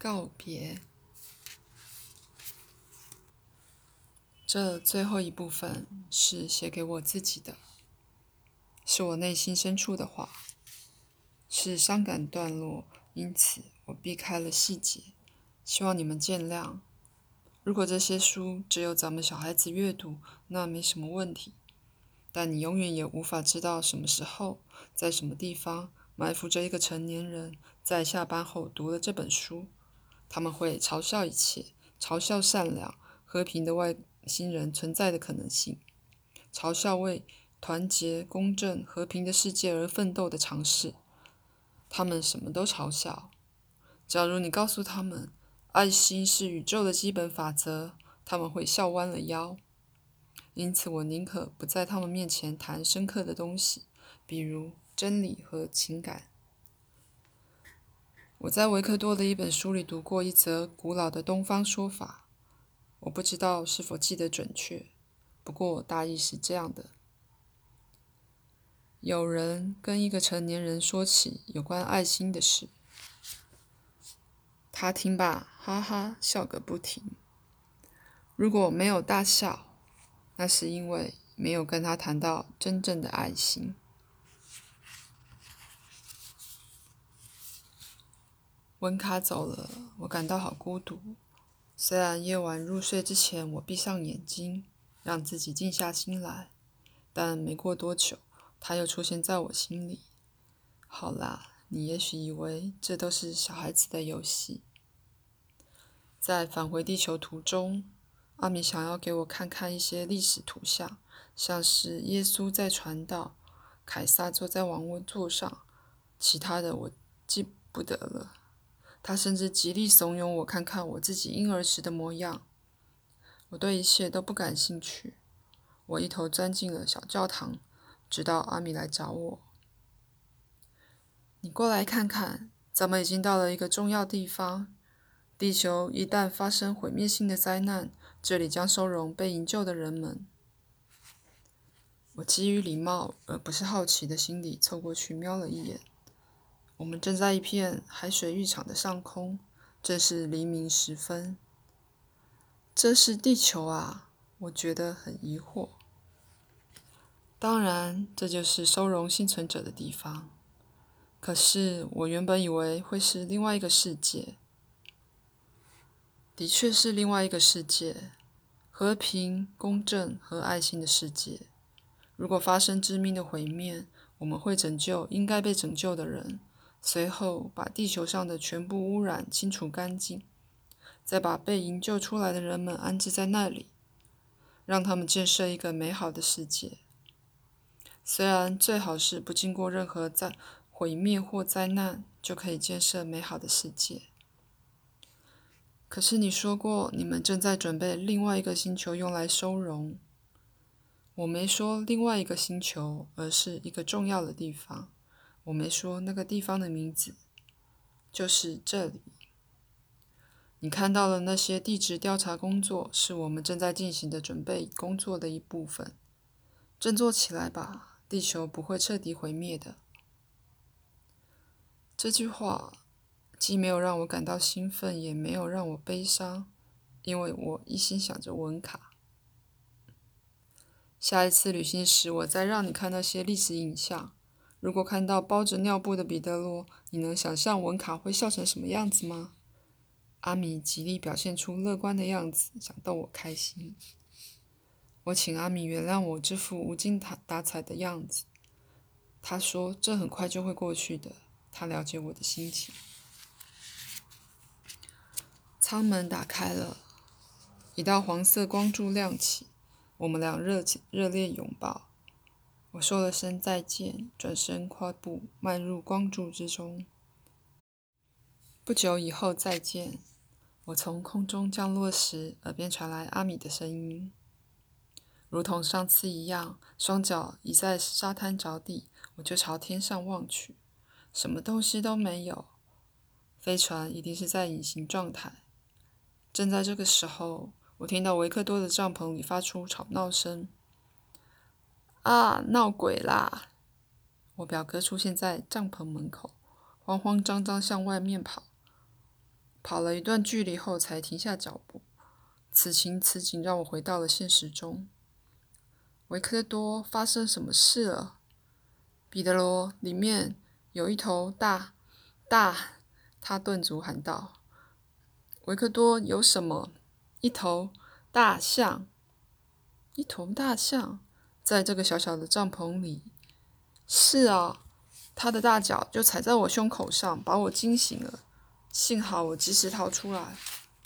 告别。这最后一部分是写给我自己的，是我内心深处的话，是伤感段落，因此我避开了细节，希望你们见谅。如果这些书只有咱们小孩子阅读，那没什么问题，但你永远也无法知道什么时候，在什么地方埋伏着一个成年人，在下班后读了这本书。他们会嘲笑一切，嘲笑善良、和平的外星人存在的可能性，嘲笑为团结、公正、和平的世界而奋斗的尝试。他们什么都嘲笑。假如你告诉他们，爱心是宇宙的基本法则，他们会笑弯了腰。因此我宁可不在他们面前谈深刻的东西，比如真理和情感。我在维克多的一本书里读过一则古老的东方说法，我不知道是否记得准确，不过大意是这样的：有人跟一个成年人说起有关爱心的事，他听罢哈哈笑个不停。如果没有大笑，那是因为没有跟他谈到真正的爱心。温卡走了，我感到好孤独。虽然夜晚入睡之前我闭上眼睛，让自己静下心来，但没过多久，他又出现在我心里。好啦，你也许以为这都是小孩子的游戏。在返回地球途中，阿米想要给我看看一些历史图像，像是耶稣在传道，凯撒坐在王位座上，其他的我记不得了。他甚至极力怂恿我看看我自己婴儿时的模样。我对一切都不感兴趣。我一头钻进了小教堂，直到阿米来找我。你过来看看，咱们已经到了一个重要地方。地球一旦发生毁灭性的灾难，这里将收容被营救的人们。我基于礼貌而不是好奇的心理凑过去瞄了一眼。我们正在一片海水浴场的上空，正是黎明时分。这是地球啊，我觉得很疑惑。当然，这就是收容幸存者的地方。可是我原本以为会是另外一个世界。的确是另外一个世界，和平、公正和爱心的世界。如果发生致命的毁灭，我们会拯救应该被拯救的人，随后把地球上的全部污染清除干净，再把被营救出来的人们安置在那里，让他们建设一个美好的世界。虽然最好是不经过任何毁灭或灾难就可以建设美好的世界。可是你说过你们正在准备另外一个星球用来收容。我没说另外一个星球，而是一个重要的地方。我没说那个地方的名字，就是这里。你看到的那些地质调查工作，是我们正在进行的准备工作的一部分。振作起来吧，地球不会彻底毁灭的。这句话既没有让我感到兴奋，也没有让我悲伤，因为我一心想着文卡。下一次旅行时，我再让你看那些历史影像。如果看到包着尿布的彼得罗，你能想象文卡会笑成什么样子吗？阿米极力表现出乐观的样子，想逗我开心。我请阿米原谅我这副无精打采的样子。他说这很快就会过去的，他了解我的心情。舱门打开了，一道黄色光柱亮起，我们俩热烈拥抱。我说了声再见，转身跨步迈入光柱之中。不久以后再见。我从空中降落时，耳边传来阿米的声音。如同上次一样，双脚倚在沙滩着地，我就朝天上望去，什么东西都没有。飞船一定是在隐形状态。正在这个时候，我听到维克多的帐篷里发出吵闹声。啊，闹鬼啦！我表哥出现在帐篷门口，慌慌张张向外面跑。 跑了一段距离后才停下脚步。此情此景让我回到了现实中。维克多，发生什么事了？彼得罗，里面有一头大，他顿足喊道。维克多，有什么？一头大象。一头大象，在这个小小的帐篷里。是啊，他的大脚就踩在我胸口上，把我惊醒了。幸好我及时逃出来。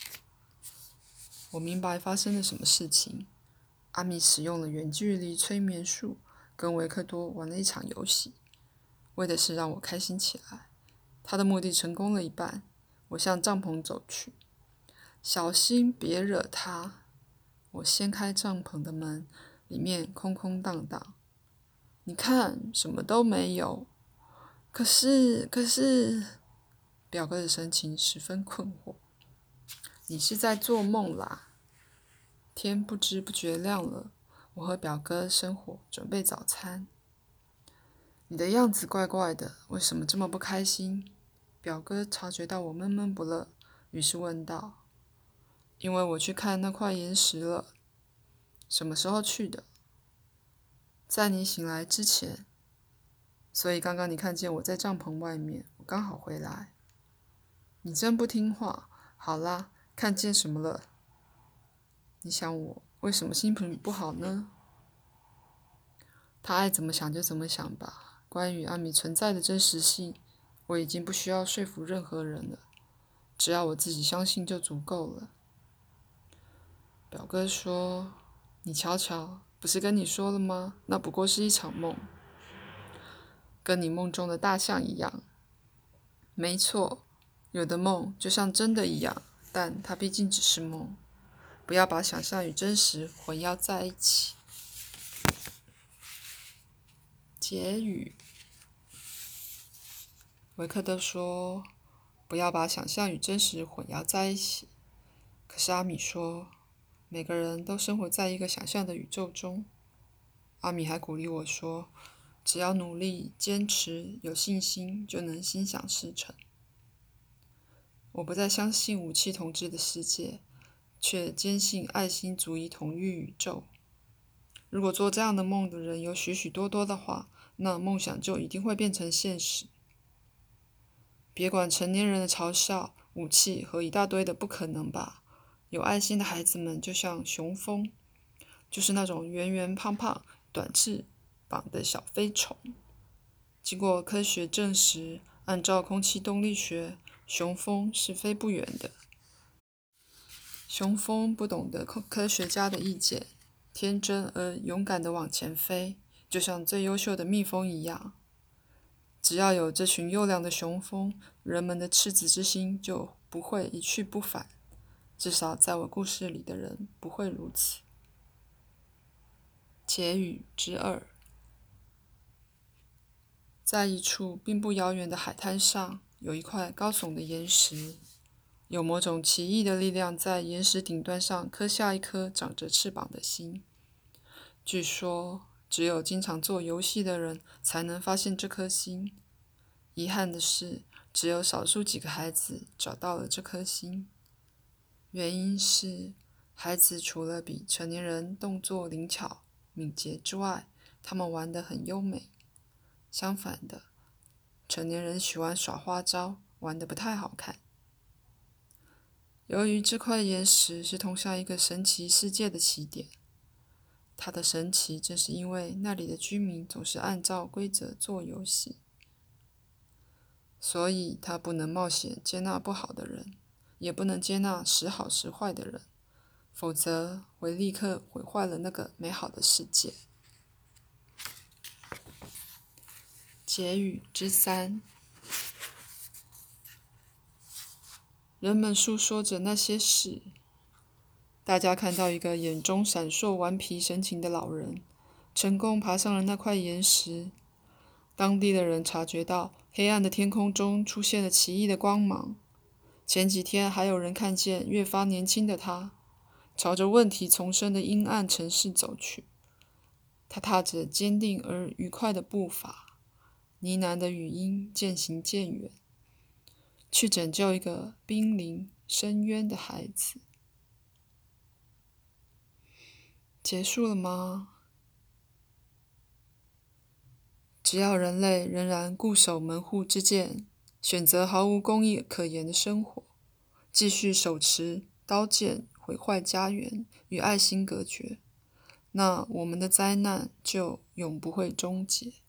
我明白发生了什么事情。阿米使用了远距离催眠术，跟维克多玩了一场游戏，为的是让我开心起来。他的目的成功了一半。我向帐篷走去。小心别惹他。我掀开帐篷的门，里面空空荡荡。你看，什么都没有。可是，表哥的神情十分困惑。你是在做梦啦。天不知不觉亮了，我和表哥生火准备早餐。你的样子怪怪的，为什么这么不开心？表哥察觉到我闷闷不乐，于是问道。因为我去看那块岩石了。什么时候去的？在你醒来之前。所以刚刚你看见我在帐篷外面，我刚好回来。你真不听话。好啦，看见什么了？你想我为什么心情不好呢？他爱怎么想就怎么想吧。关于阿米存在的真实性，我已经不需要说服任何人了，只要我自己相信就足够了。表哥说，你瞧瞧，不是跟你说了吗？那不过是一场梦，跟你梦中的大象一样。没错，有的梦就像真的一样，但它毕竟只是梦。不要把想象与真实混淆在一起。结语。维克多说，不要把想象与真实混淆在一起。可是阿米说，每个人都生活在一个想象的宇宙中。阿米还鼓励我说，只要努力、坚持、有信心，就能心想事成。我不再相信武器统治的世界，却坚信爱心足以统御宇宙。如果做这样的梦的人有许许多多的话，那梦想就一定会变成现实。别管成年人的嘲笑、武器和一大堆的不可能吧。有爱心的孩子们就像雄蜂，就是那种圆圆胖胖、短翅膀的小飞虫。经过科学证实，按照空气动力学，雄蜂是飞不远的。雄蜂不懂得科学家的意见，天真而勇敢地往前飞，就像最优秀的蜜蜂一样。只要有这群优良的雄蜂，人们的赤子之心就不会一去不返。至少在我故事里的人不会如此。结语之二。在一处并不遥远的海滩上，有一块高耸的岩石，有某种奇异的力量在岩石顶端上刻下一颗长着翅膀的心。据说，只有经常做游戏的人才能发现这颗心。遗憾的是，只有少数几个孩子找到了这颗心。原因是，孩子除了比成年人动作灵巧、敏捷之外，他们玩得很优美。相反的，成年人喜欢耍花招，玩得不太好看。由于这块岩石是通向一个神奇世界的起点，它的神奇正是因为那里的居民总是按照规则做游戏，所以他不能冒险接纳不好的人，也不能接纳时好时坏的人，否则会立刻毁坏了那个美好的世界。结语之三。人们述说着那些事。大家看到一个眼中闪烁顽皮神情的老人，成功爬上了那块岩石。当地的人察觉到黑暗的天空中出现了奇异的光芒。前几天还有人看见越发年轻的他，朝着问题丛生的阴暗城市走去。他踏着坚定而愉快的步伐，呢喃的语音渐行渐远。 去拯救一个濒临深渊的孩子。结束了吗？只要人类仍然固守门户之见，选择毫无公义可言的生活，继续手持刀剑毁坏家园，与爱心隔绝，那我们的灾难就永不会终结。